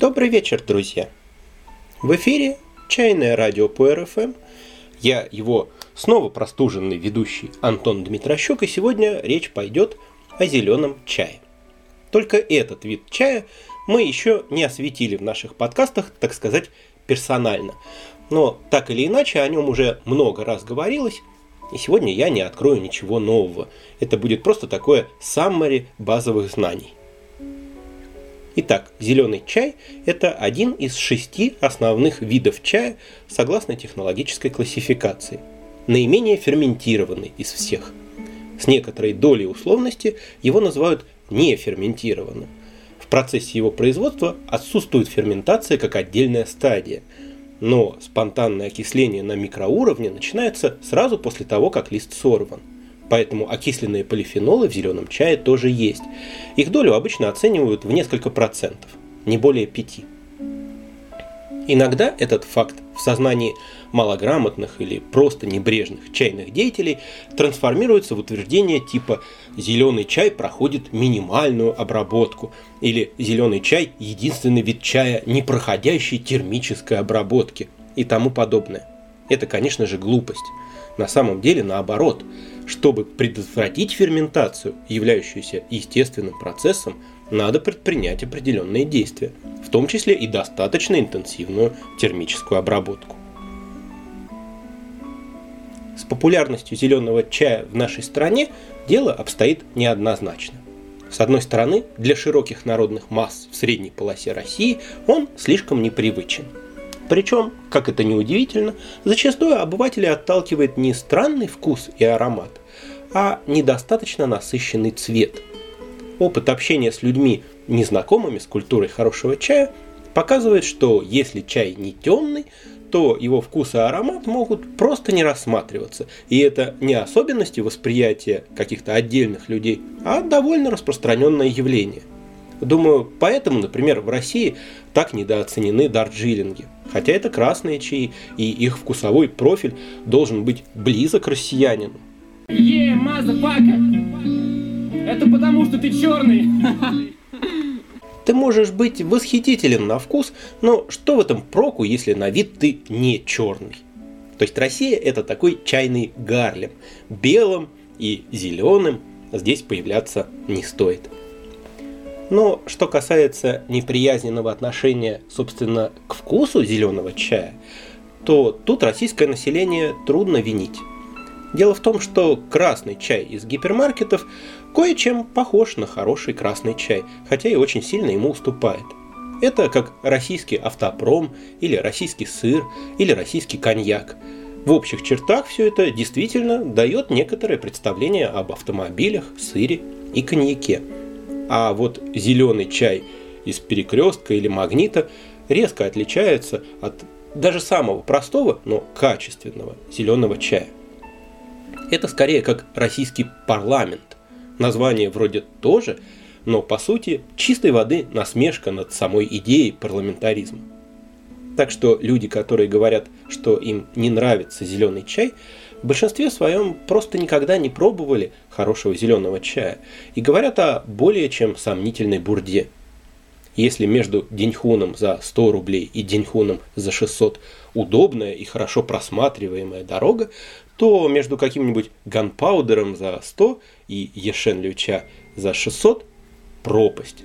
Добрый вечер, друзья! В эфире Чайное радио по РФМ. Я его снова простуженный ведущий Антон Дмитрощук, и сегодня речь пойдет о зеленом чае. Только этот вид чая мы еще не осветили в наших подкастах, так сказать, персонально. Но так или иначе о нем уже много раз говорилось, и сегодня я не открою ничего нового. Это будет просто такое саммари базовых знаний. Итак, зеленый чай – это один из 6 основных видов чая согласно технологической классификации. Наименее ферментированный из всех. С некоторой долей условности его называют неферментированным. В процессе его производства отсутствует ферментация как отдельная стадия. Но спонтанное окисление на микроуровне начинается сразу после того, как лист сорван. Поэтому окисленные полифенолы в зеленом чае тоже есть. Их долю обычно оценивают в несколько процентов, не более 5. Иногда этот факт в сознании малограмотных или просто небрежных чайных деятелей трансформируется в утверждение типа «зеленый чай проходит минимальную обработку» или «зеленый чай – единственный вид чая, не проходящий термической обработки» и тому подобное. Это, конечно же, глупость. На самом деле наоборот. Чтобы предотвратить ферментацию, являющуюся естественным процессом, надо предпринять определенные действия, в том числе и достаточно интенсивную термическую обработку. С популярностью зеленого чая в нашей стране дело обстоит неоднозначно. С одной стороны, для широких народных масс в средней полосе России он слишком непривычен. Причем, как это ни удивительно, зачастую обыватели отталкивает не странный вкус и аромат, а недостаточно насыщенный цвет. Опыт общения с людьми, незнакомыми с культурой хорошего чая, показывает, что если чай не темный, то его вкус и аромат могут просто не рассматриваться. И это не особенности восприятия каких-то отдельных людей, а довольно распространенное явление. Думаю, поэтому, например, в России так недооценены дарджилинги. Хотя это красные чаи, и их вкусовой профиль должен быть близок к россиянину. мазафака! Это потому, что ты черный! Ты можешь быть восхитителен на вкус, но что в этом проку, если на вид ты не черный? То есть Россия – это такой чайный Гарлем. Белым и зеленым здесь появляться не стоит. Но что касается неприязненного отношения, собственно, к вкусу зеленого чая, то тут российское население трудно винить. Дело в том, что красный чай из гипермаркетов кое-чем похож на хороший красный чай, хотя и очень сильно ему уступает. Это как российский автопром, или российский сыр, или российский коньяк. В общих чертах все это действительно дает некоторое представление об автомобилях, сыре и коньяке. А вот зеленый чай из Перекрестка или Магнита резко отличается от даже самого простого, но качественного зеленого чая. Это скорее как российский парламент. Название вроде тоже, но по сути чистой воды насмешка над самой идеей парламентаризма. Так что люди, которые говорят, что им не нравится зеленый чай, в большинстве своем просто никогда не пробовали хорошего зеленого чая и говорят о более чем сомнительной бурде. Если между деньхуном за 100 рублей и деньхуном за 600 удобная и хорошо просматриваемая дорога, то между каким-нибудь ганпаудером за 100 и ешен-люча за 600 пропасть.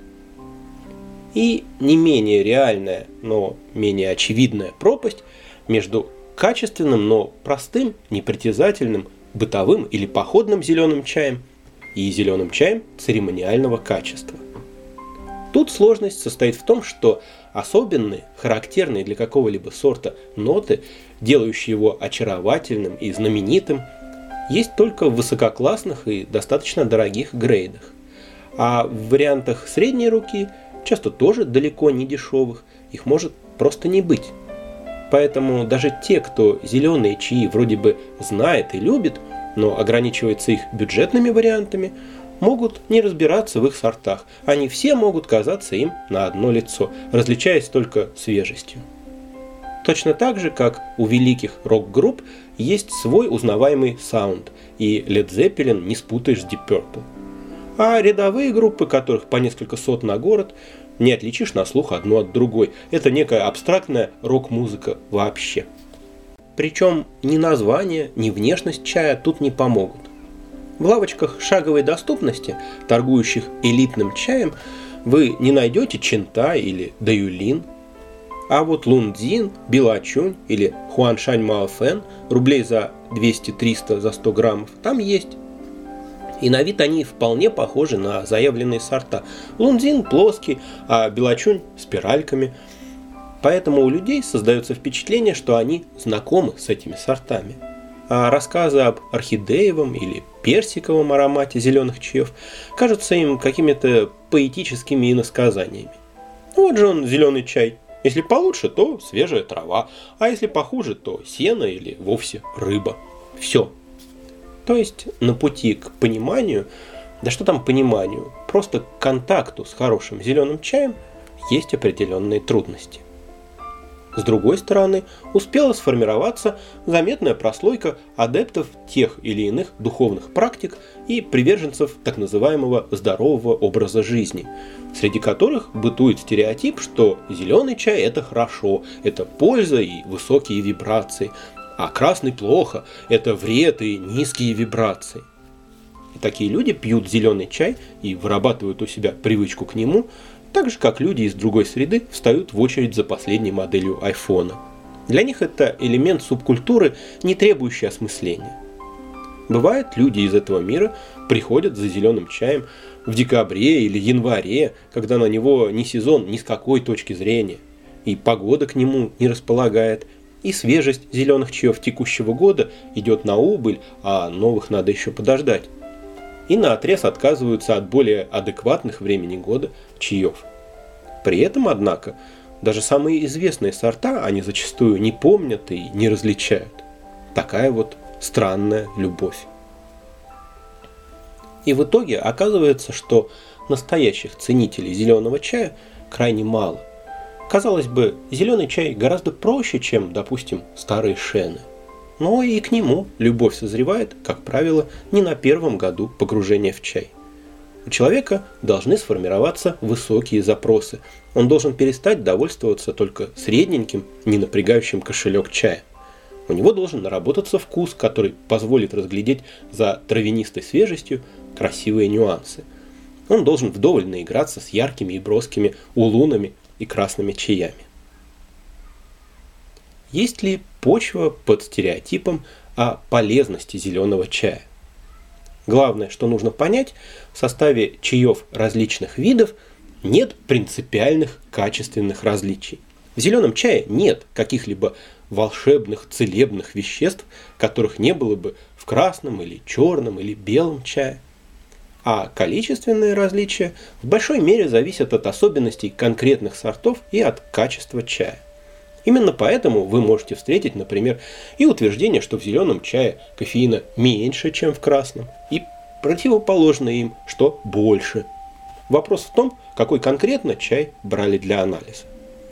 И не менее реальная, но менее очевидная пропасть между качественным, но простым, непритязательным, бытовым или походным зеленым чаем и зеленым чаем церемониального качества. Тут сложность состоит в том, что особенные, характерные для какого-либо сорта ноты, делающие его очаровательным и знаменитым, есть только в высококлассных и достаточно дорогих грейдах. А в вариантах средней руки, часто тоже далеко не дешевых, их может просто не быть. Поэтому даже те, кто зеленые чаи вроде бы знает и любит, но ограничивается их бюджетными вариантами, могут не разбираться в их сортах. Они все могут казаться им на одно лицо, различаясь только свежестью. Точно так же, как у великих рок-групп есть свой узнаваемый саунд, и Led Zeppelin не спутаешь с Deep Purple. А рядовые группы, которых по несколько сот на город, не отличишь на слух одну от другой. Это некая абстрактная рок-музыка вообще. Причем ни название, ни внешность чая тут не помогут. В лавочках шаговой доступности, торгующих элитным чаем, вы не найдете Чинтай или Даюлин. А вот Лундзин, Белачунь или Хуаншань Маофэн рублей за 200-300 за 100 граммов там есть. И на вид они вполне похожи на заявленные сорта. Лундзин плоский, а Белачунь спиральками. Поэтому у людей создается впечатление, что они знакомы с этими сортами. А рассказы об орхидеевом или персиковом аромате зеленых чаев кажутся им какими-то поэтическими иносказаниями. Вот же он, зеленый чай. Если получше, то свежая трава, а если похуже, то сено или вовсе рыба. Все. То есть на пути к пониманию, да что там пониманию, просто к контакту с хорошим зеленым чаем есть определенные трудности. С другой стороны, успела сформироваться заметная прослойка адептов тех или иных духовных практик и приверженцев так называемого здорового образа жизни, среди которых бытует стереотип, что зеленый чай – это хорошо, это польза и высокие вибрации, а красный плохо, это вред и низкие вибрации. И такие люди пьют зеленый чай и вырабатывают у себя привычку к нему, так же, как люди из другой среды встают в очередь за последней моделью айфона. Для них это элемент субкультуры, не требующий осмысления. Бывает, люди из этого мира приходят за зеленым чаем в декабре или январе, когда на него не сезон ни с какой точки зрения, и погода к нему не располагает, и свежесть зеленых чаев текущего года идет на убыль, а новых надо еще подождать. И наотрез отказываются от более адекватных времени года чаев. При этом, однако, даже самые известные сорта они зачастую не помнят и не различают. Такая вот странная любовь. И в итоге оказывается, что настоящих ценителей зеленого чая крайне мало. Казалось бы, зеленый чай гораздо проще, чем, допустим, старые шены. Но и к нему любовь созревает, как правило, не на первом году погружения в чай. У человека должны сформироваться высокие запросы. Он должен перестать довольствоваться только средненьким, не напрягающим кошелек чая. У него должен наработаться вкус, который позволит разглядеть за травянистой свежестью красивые нюансы. Он должен вдоволь наиграться с яркими и броскими улунами и красными чаями. Есть ли почва под стереотипом о полезности зеленого чая? Главное, что нужно понять, в составе чаев различных видов нет принципиальных качественных различий. В зеленом чае нет каких-либо волшебных целебных веществ, которых не было бы в красном или черном или белом чае. А количественные различия в большой мере зависят от особенностей конкретных сортов и от качества чая. Именно поэтому вы можете встретить, например, и утверждение, что в зеленом чае кофеина меньше, чем в красном, и противоположное им, что больше. Вопрос в том, какой конкретно чай брали для анализа.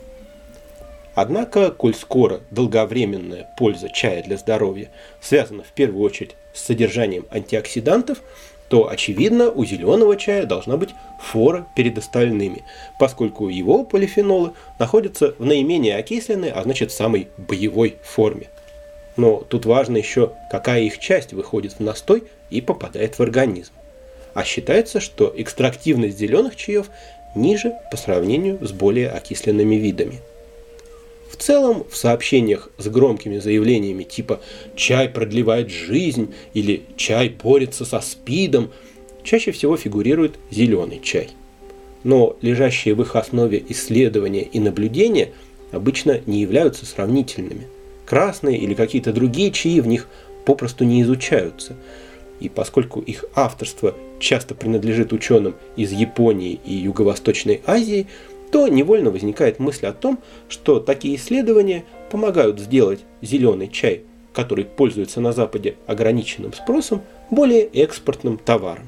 Однако, коль скоро долговременная польза чая для здоровья связана в первую очередь с содержанием антиоксидантов, то, очевидно, у зеленого чая должна быть фора перед остальными, поскольку его полифенолы находятся в наименее окисленной, а значит в самой боевой форме. Но тут важно еще, какая их часть выходит в настой и попадает в организм. А считается, что экстрактивность зеленых чаев ниже по сравнению с более окисленными видами. В целом, в сообщениях с громкими заявлениями типа «чай продлевает жизнь» или «чай борется со СПИДом» чаще всего фигурирует зеленый чай. Но лежащие в их основе исследования и наблюдения обычно не являются сравнительными. Красные или какие-то другие чаи в них попросту не изучаются. И поскольку их авторство часто принадлежит ученым из Японии и Юго-Восточной Азии, то невольно возникает мысль о том, что такие исследования помогают сделать зеленый чай, который пользуется на Западе ограниченным спросом, более экспортным товаром.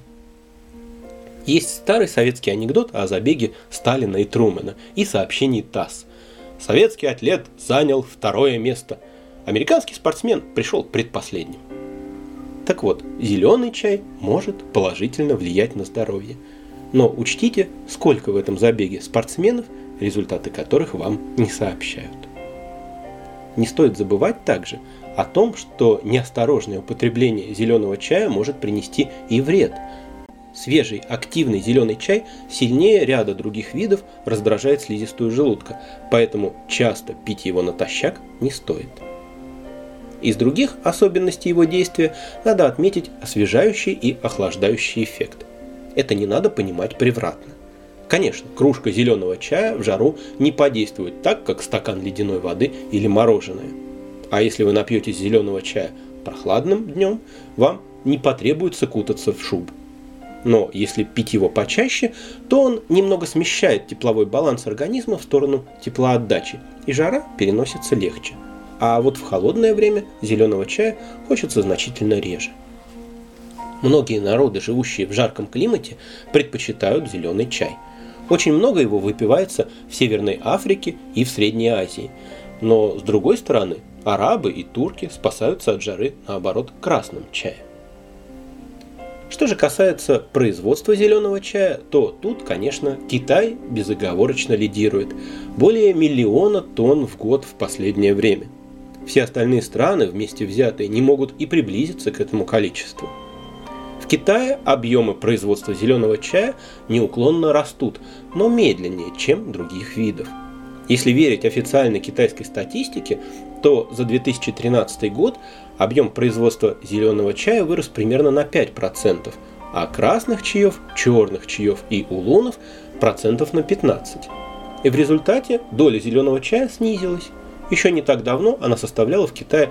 Есть старый советский анекдот о забеге Сталина и Трумэна и сообщении ТАСС. Советский атлет занял 2-е место. Американский спортсмен пришел предпоследним. Так вот, зеленый чай может положительно влиять на здоровье. Но учтите, сколько в этом забеге спортсменов, результаты которых вам не сообщают. Не стоит забывать также о том, что неосторожное употребление зеленого чая может принести и вред. Свежий, активный зеленый чай сильнее ряда других видов раздражает слизистую желудка, поэтому часто пить его натощак не стоит. Из других особенностей его действия надо отметить освежающий и охлаждающий эффект. Это не надо понимать превратно. Конечно, кружка зеленого чая в жару не подействует так, как стакан ледяной воды или мороженое. А если вы напьетесь зеленого чая прохладным днем, вам не потребуется кутаться в шубу. Но если пить его почаще, то он немного смещает тепловой баланс организма в сторону теплоотдачи, и жара переносится легче. А вот в холодное время зеленого чая хочется значительно реже. Многие народы, живущие в жарком климате, предпочитают зеленый чай. Очень много его выпивается в Северной Африке и в Средней Азии. Но, с другой стороны, арабы и турки спасаются от жары, наоборот, красным чаем. Что же касается производства зеленого чая, то тут, конечно, Китай безоговорочно лидирует. Более 1 миллиона тонн в год в последнее время. Все остальные страны, вместе взятые, не могут и приблизиться к этому количеству. В Китае объемы производства зеленого чая неуклонно растут, но медленнее, чем других видов. Если верить официальной китайской статистике, то за 2013 год объем производства зеленого чая вырос примерно на 5%, а красных чаев, черных чаев и улунов процентов на 15%. И в результате доля зеленого чая снизилась. Еще не так давно она составляла в Китае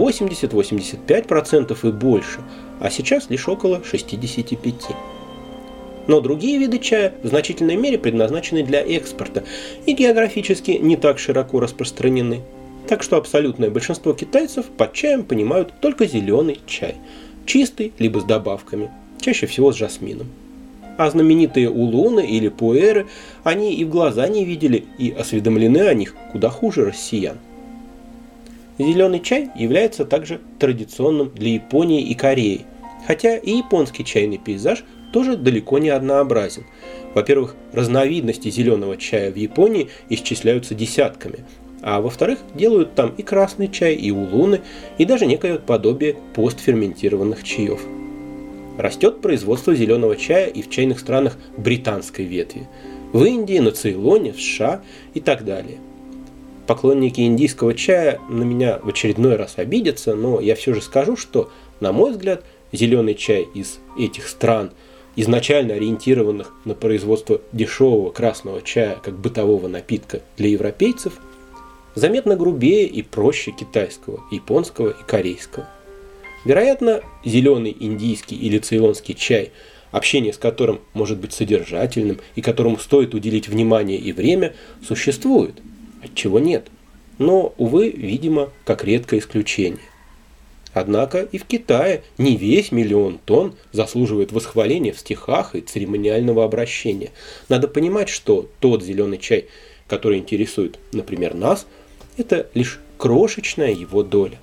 80-85% и больше, а сейчас лишь около 65%. Но другие виды чая в значительной мере предназначены для экспорта и географически не так широко распространены. Так что абсолютное большинство китайцев под чаем понимают только зеленый чай. Чистый, либо с добавками, чаще всего с жасмином. А знаменитые улуны или пуэры они и в глаза не видели, и осведомлены о них куда хуже россиян. Зеленый чай является также традиционным для Японии и Кореи, хотя и японский чайный пейзаж тоже далеко не однообразен. Во-первых, разновидности зеленого чая в Японии исчисляются десятками, а во-вторых, делают там и красный чай, и улуны, и даже некое подобие постферментированных чаев. Растет производство зеленого чая и в чайных странах британской ветви, в Индии, на Цейлоне, в США и так далее. Поклонники индийского чая на меня в очередной раз обидятся, но я все же скажу, что, на мой взгляд, зеленый чай из этих стран, изначально ориентированных на производство дешевого красного чая как бытового напитка для европейцев, заметно грубее и проще китайского, японского и корейского. Вероятно, зеленый индийский или цейлонский чай, общение с которым может быть содержательным и которому стоит уделить внимание и время, существует, отчего нет. Но, увы, видимо, как редкое исключение. Однако и в Китае не весь 1 миллион тонн заслуживает восхваления в стихах и церемониального обращения. Надо понимать, что тот зеленый чай, который интересует, например, нас, это лишь крошечная его доля.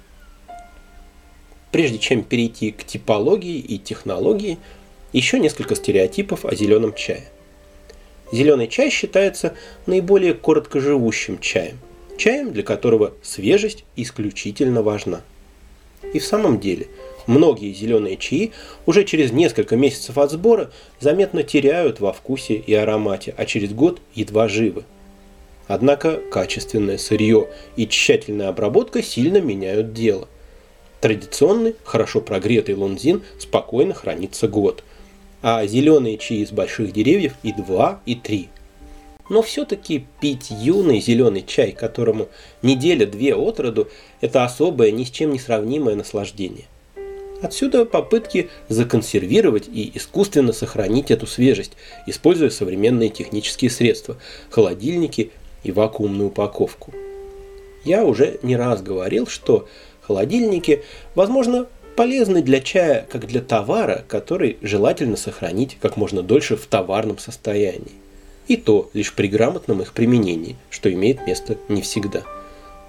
Прежде чем перейти к типологии и технологии, еще несколько стереотипов о зеленом чае. Зеленый чай считается наиболее короткоживущим чаем, чаем, для которого свежесть исключительно важна. И в самом деле, многие зеленые чаи уже через несколько месяцев от сбора заметно теряют во вкусе и аромате, а через год едва живы. Однако качественное сырье и тщательная обработка сильно меняют дело. Традиционный, хорошо прогретый лонзин спокойно хранится год, а зеленые чаи с больших деревьев и 2, и 3. Но все-таки пить юный зеленый чай, которому неделя-две от роду, это особое, ни с чем не сравнимое наслаждение. Отсюда попытки законсервировать и искусственно сохранить эту свежесть, используя современные технические средства, холодильники и вакуумную упаковку. Я уже не раз говорил, что холодильники, возможно, полезны для чая как для товара, который желательно сохранить как можно дольше в товарном состоянии. И то лишь при грамотном их применении, что имеет место не всегда.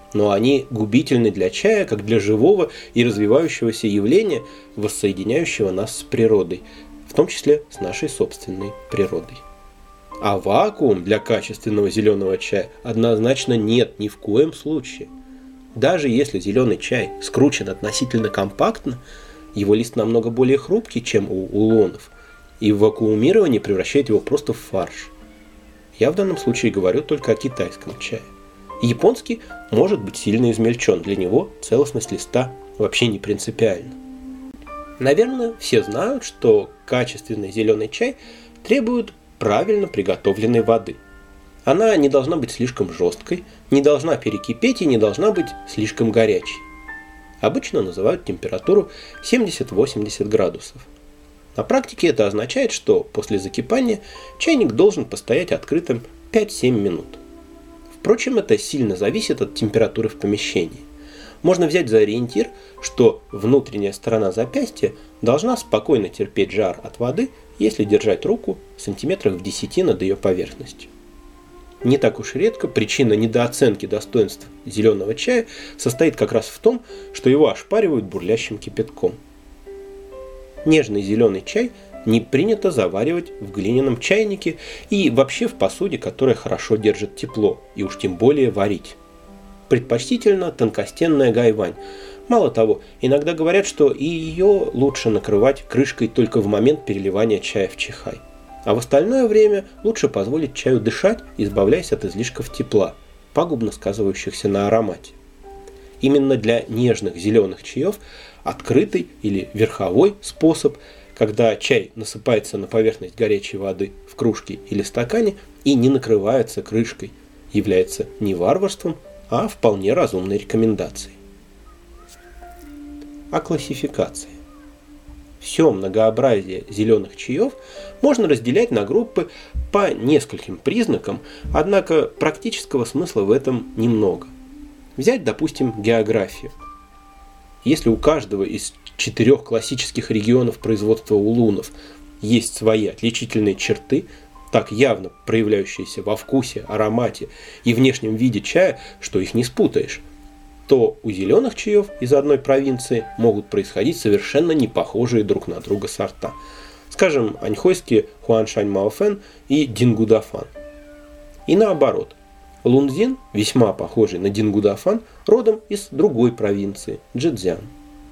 но они губительны для чая, как для живого и развивающегося явления, воссоединяющего нас с природой, в том числе с нашей собственной природой. А вакуум для качественного зеленого чая однозначно нет ни в коем случае. Даже если зеленый чай скручен относительно компактно, его лист намного более хрупкий, чем у улонов, и в вакуумировании превращает его просто в фарш. Я в данном случае говорю только о китайском чае. Японский может быть сильно измельчен, для него целостность листа вообще не принципиальна. Наверное, все знают, что качественный зеленый чай требует правильно приготовленной воды. Она не должна быть слишком жесткой, не должна перекипеть и не должна быть слишком горячей. Обычно называют температуру 70-80 градусов. На практике это означает, что после закипания чайник должен постоять открытым 5-7 минут. Впрочем, это сильно зависит от температуры в помещении. Можно взять за ориентир, что внутренняя сторона запястья должна спокойно терпеть жар от воды, если держать руку сантиметрах в 10 над ее поверхностью. Не так уж редко причина недооценки достоинств зеленого чая состоит как раз в том, что его ошпаривают бурлящим кипятком. Нежный зеленый чай не принято заваривать в глиняном чайнике и вообще в посуде, которая хорошо держит тепло, и уж тем более варить. Предпочтительно тонкостенная гайвань. Мало того, иногда говорят, что и ее лучше накрывать крышкой только в момент переливания чая в чихай. А в остальное время лучше позволить чаю дышать, избавляясь от излишков тепла, пагубно сказывающихся на аромате. Именно для нежных зеленых чаев открытый или верховой способ, когда чай насыпается на поверхность горячей воды в кружке или стакане и не накрывается крышкой, является не варварством, а вполне разумной рекомендацией. О классификации. Все многообразие зеленых чаев можно разделять на группы по нескольким признакам, однако практического смысла в этом немного. Взять, допустим, географию. Если у каждого из 4 классических регионов производства улунов есть свои отличительные черты, так явно проявляющиеся во вкусе, аромате и внешнем виде чая, что их не спутаешь, то у зеленых чаев из одной провинции могут происходить совершенно не похожие друг на друга сорта. Скажем, аньхойские Хуаншань Маофэн и Дингудафан. И наоборот, Лунзин, весьма похожий на Дингудафан, родом из другой провинции – Чжэцзян.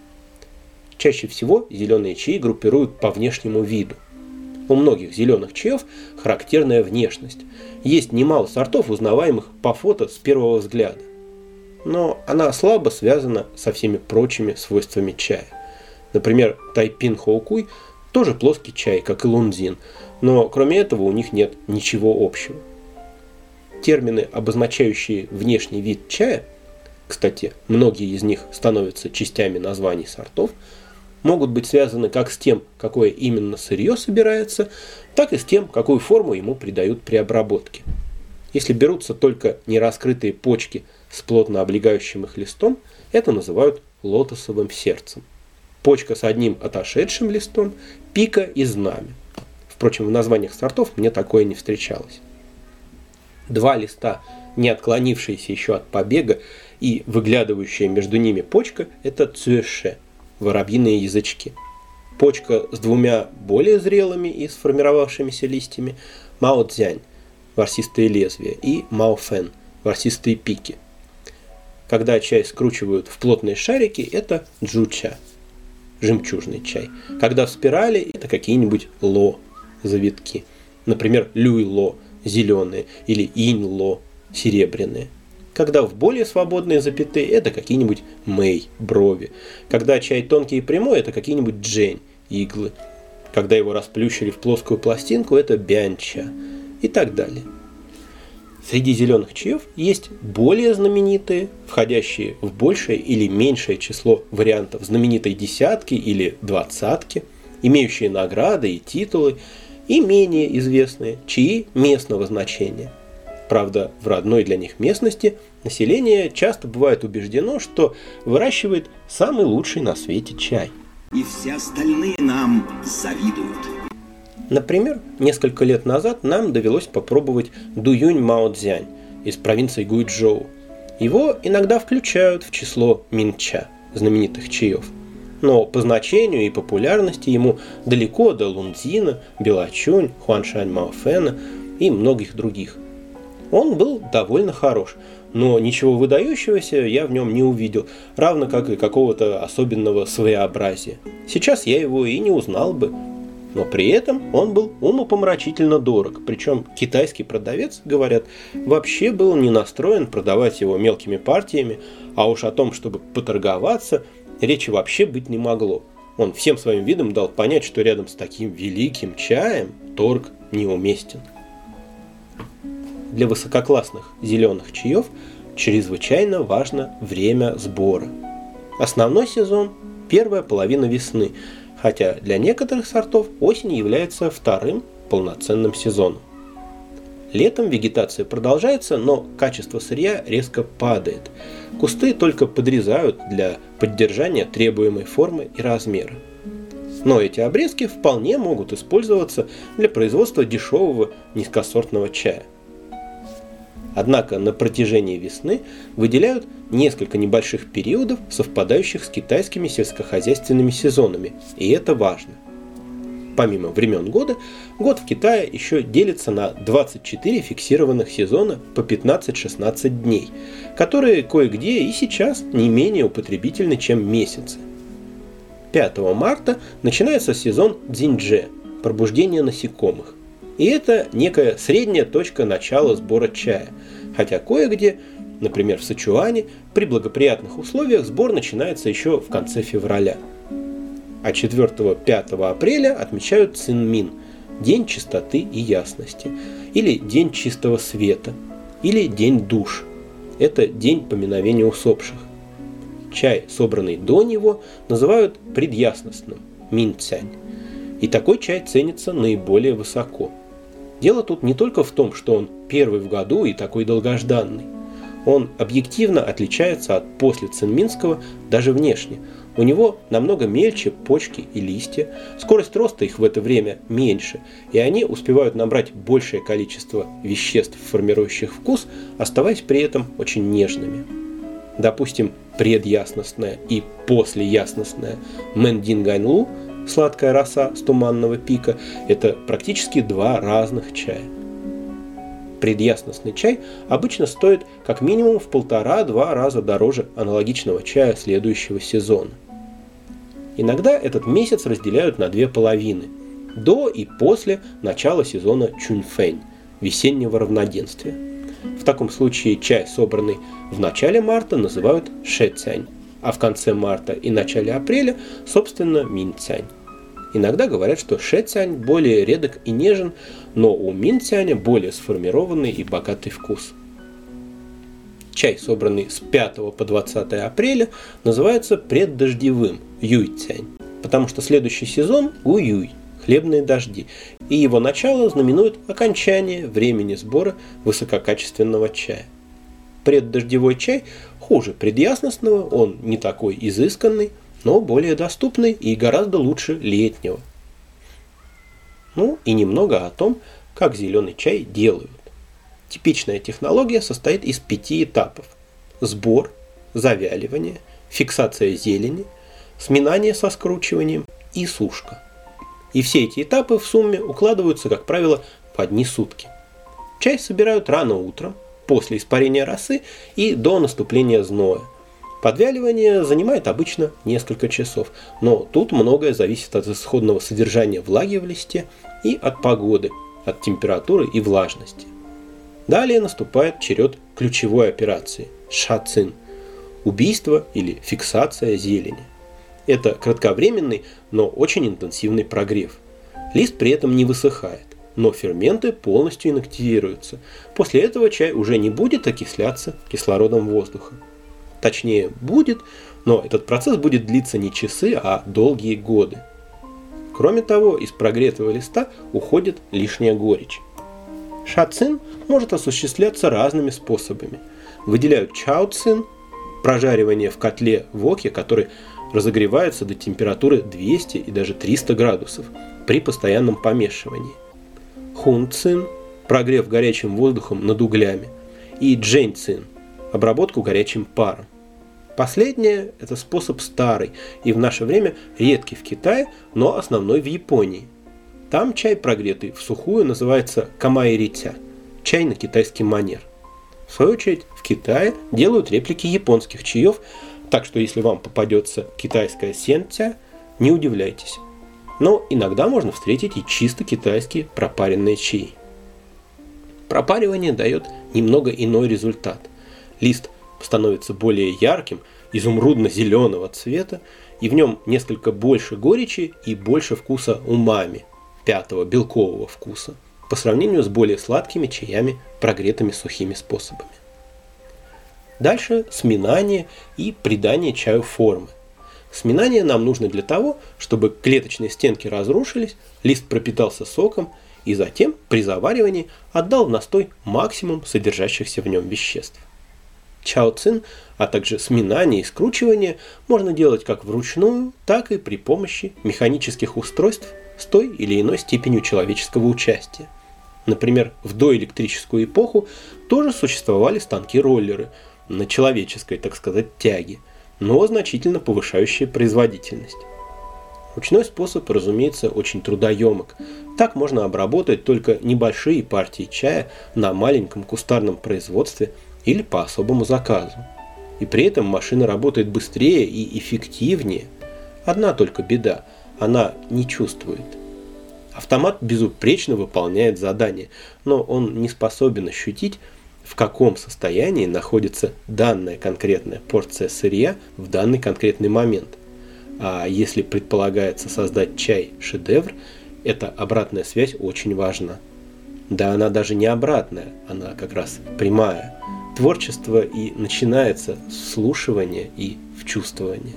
Чаще всего зеленые чаи группируют по внешнему виду. У многих зеленых чаев характерная внешность. Есть немало сортов, узнаваемых по фото с первого взгляда. Но она слабо связана со всеми прочими свойствами чая. Например, Тайпин Хоукуй тоже плоский чай, как и Лунзин, но кроме этого у них нет ничего общего. Термины, обозначающие внешний вид чая, кстати, многие из них становятся частями названий сортов, могут быть связаны как с тем, какое именно сырье собирается, так и с тем, какую форму ему придают при обработке. Если берутся только нераскрытые почки с плотно облегающим их листом, это называют лотосовым сердцем. Почка с одним отошедшим листом – пика и знамя. Впрочем, в названиях сортов мне такое не встречалось. 2 листа, не отклонившиеся еще от побега и выглядывающая между ними почка – это цюэше – воробьиные язычки. Почка с 2 более зрелыми и сформировавшимися листьями – маоцзянь – ворсистые лезвия, и маофэн – ворсистые пики. Когда чай скручивают в плотные шарики, это джуча – жемчужный чай. Когда в спирали, это какие-нибудь ло – завитки. Например, люй-ло – зеленые или инь-ло – серебряные. Когда в более свободные запятые, это какие-нибудь мэй – брови. Когда чай тонкий и прямой, это какие-нибудь джень – иглы. Когда его расплющили в плоскую пластинку, это бянча и так далее. Среди зеленых чаев есть более знаменитые, входящие в большее или меньшее число вариантов знаменитой десятки или двадцатки, имеющие награды и титулы, и менее известные чаи местного значения. Правда, в родной для них местности население часто бывает убеждено, что выращивает самый лучший на свете чай. И все остальные нам завидуют. Например, несколько лет назад нам довелось попробовать дуюнь маоцзянь из провинции Гуйчжоу. Его иногда включают в число минча, знаменитых чаев. Но по значению и популярности ему далеко до Лунцзина, Белачунь, Хуаншань Маофена и многих других. Он был довольно хорош, но ничего выдающегося я в нем не увидел, равно как и какого-то особенного своеобразия. Сейчас я его и не узнал бы. Но при этом он был умопомрачительно дорог, причем китайский продавец, говорят, вообще был не настроен продавать его мелкими партиями, а уж о том, чтобы поторговаться, речи вообще быть не могло. Он всем своим видом дал понять, что рядом с таким великим чаем торг неуместен. Для высококлассных зеленых чаев чрезвычайно важно время сбора. Основной сезон – первая половина весны, хотя для некоторых сортов осень является вторым полноценным сезоном. Летом вегетация продолжается, но качество сырья резко падает. Кусты только подрезают для поддержания требуемой формы и размера. Но эти обрезки вполне могут использоваться для производства дешевого низкосортного чая. Однако на протяжении весны выделяют несколько небольших периодов, совпадающих с китайскими сельскохозяйственными сезонами, и это важно. Помимо времен года, год в Китае еще делится на 24 фиксированных сезона по 15-16 дней, которые кое-где и сейчас не менее употребительны, чем месяцы. 5 марта начинается сезон дзиньчжэ – пробуждение насекомых. И это некая средняя точка начала сбора чая, хотя кое-где, например в Сычуане, при благоприятных условиях сбор начинается еще в конце февраля. А 4-5 апреля отмечают Цинмин – День чистоты и ясности, или День чистого света, или День душ. Это день поминовения усопших. Чай, собранный до него, называют предясностным – минцянь. И такой чай ценится наиболее высоко. Дело тут не только в том, что он первый в году и такой долгожданный. Он объективно отличается от послецинминского даже внешне. У него намного мельче почки и листья, скорость роста их в это время меньше, и они успевают набрать большее количество веществ, формирующих вкус, оставаясь при этом очень нежными. Допустим, предясностная и послеясностная Мэндин-ганьлу, сладкая роса с туманного пика – это практически два разных чая. Предясностный чай обычно стоит как минимум в 1,5-2 раза дороже аналогичного чая следующего сезона. Иногда этот месяц разделяют на две половины – до и после начала сезона чуньфэнь – весеннего равноденствия. В таком случае чай, собранный в начале марта, называют шэцянь, а в конце марта и начале апреля, собственно, минцянь. Иногда говорят, что шэцянь более редок и нежен, но у минцяня более сформированный и богатый вкус. Чай, собранный с 5 по 20 апреля, называется преддождевым юйцянь, потому что следующий сезон – гуюй – хлебные дожди, и его начало знаменует окончание времени сбора высококачественного чая. Преддождевой чай хуже предясностного, он не такой изысканный, но более доступный и гораздо лучше летнего. Ну и немного о том, как зеленый чай делают. Типичная технология состоит из 5 этапов: сбор, завяливание, фиксация зелени, сминание со скручиванием и сушка. И все эти этапы в сумме укладываются, как правило, в одни сутки. Чай собирают рано утром, после испарения росы и до наступления зноя. Подвяливание занимает обычно несколько часов, но тут многое зависит от исходного содержания влаги в листе и от погоды, от температуры и влажности. Далее наступает черед ключевой операции – шацин – убийство или фиксация зелени. Это кратковременный, но очень интенсивный прогрев. Лист при этом не высыхает, но ферменты полностью инактивируются. После этого чай уже не будет окисляться кислородом воздуха. Точнее, будет, но этот процесс будет длиться не часы, а долгие годы. Кроме того, из прогретого листа уходит лишняя горечь. Шацин может осуществляться разными способами. Выделяют чаоцин – прожаривание в котле воке, который разогревается до температуры 200 и даже 300 градусов при постоянном помешивании. Хунцин – прогрев горячим воздухом над углями. И джэньцин – обработку горячим паром. Последнее – это способ старый и в наше время редкий в Китае, но основной в Японии. Там чай, прогретый в сухую, называется камай-ритя – чай на китайский манер. В свою очередь, в Китае делают реплики японских чаев, так что если вам попадется китайская сенця, не удивляйтесь. Но иногда можно встретить и чисто китайские пропаренные чаи. Пропаривание дает немного иной результат. Лист становится более ярким, изумрудно-зеленого цвета, и в нем несколько больше горечи и больше вкуса умами, пятого белкового вкуса, по сравнению с более сладкими чаями, прогретыми сухими способами. Дальше сминание и придание чаю формы. Сминание нам нужно для того, чтобы клеточные стенки разрушились, лист пропитался соком и затем при заваривании отдал в настой максимум содержащихся в нем веществ. Чао-цин, а также сминание и скручивание можно делать как вручную, так и при помощи механических устройств с той или иной степенью человеческого участия. Например, в доэлектрическую эпоху тоже существовали станки-роллеры на человеческой, так сказать, тяге, но значительно повышающие производительность. Ручной способ, разумеется, очень трудоемок. Так можно обработать только небольшие партии чая на маленьком кустарном производстве или по особому заказу. И при этом машина работает быстрее и эффективнее. Одна только беда – она не чувствует. Автомат безупречно выполняет задание, но он не способен ощутить, в каком состоянии находится данная конкретная порция сырья в данный конкретный момент. А если предполагается создать чай-шедевр, эта обратная связь очень важна. Да она даже не обратная, она как раз прямая. Творчество и начинается с вслушивания и вчувствования.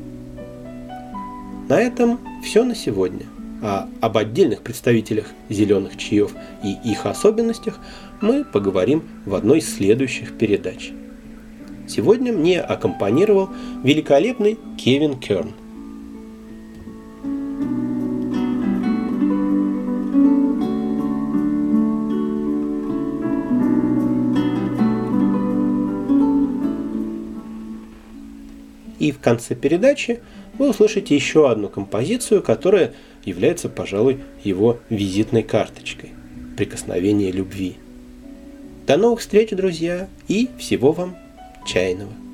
На этом все на сегодня. А об отдельных представителях зеленых чаев и их особенностях мы поговорим в одной из следующих передач. Сегодня мне аккомпанировал великолепный Кевин Керн. И в конце передачи вы услышите еще одну композицию, которая является, пожалуй, его визитной карточкой – «Прикосновение любви». До новых встреч, друзья, и всего вам чайного!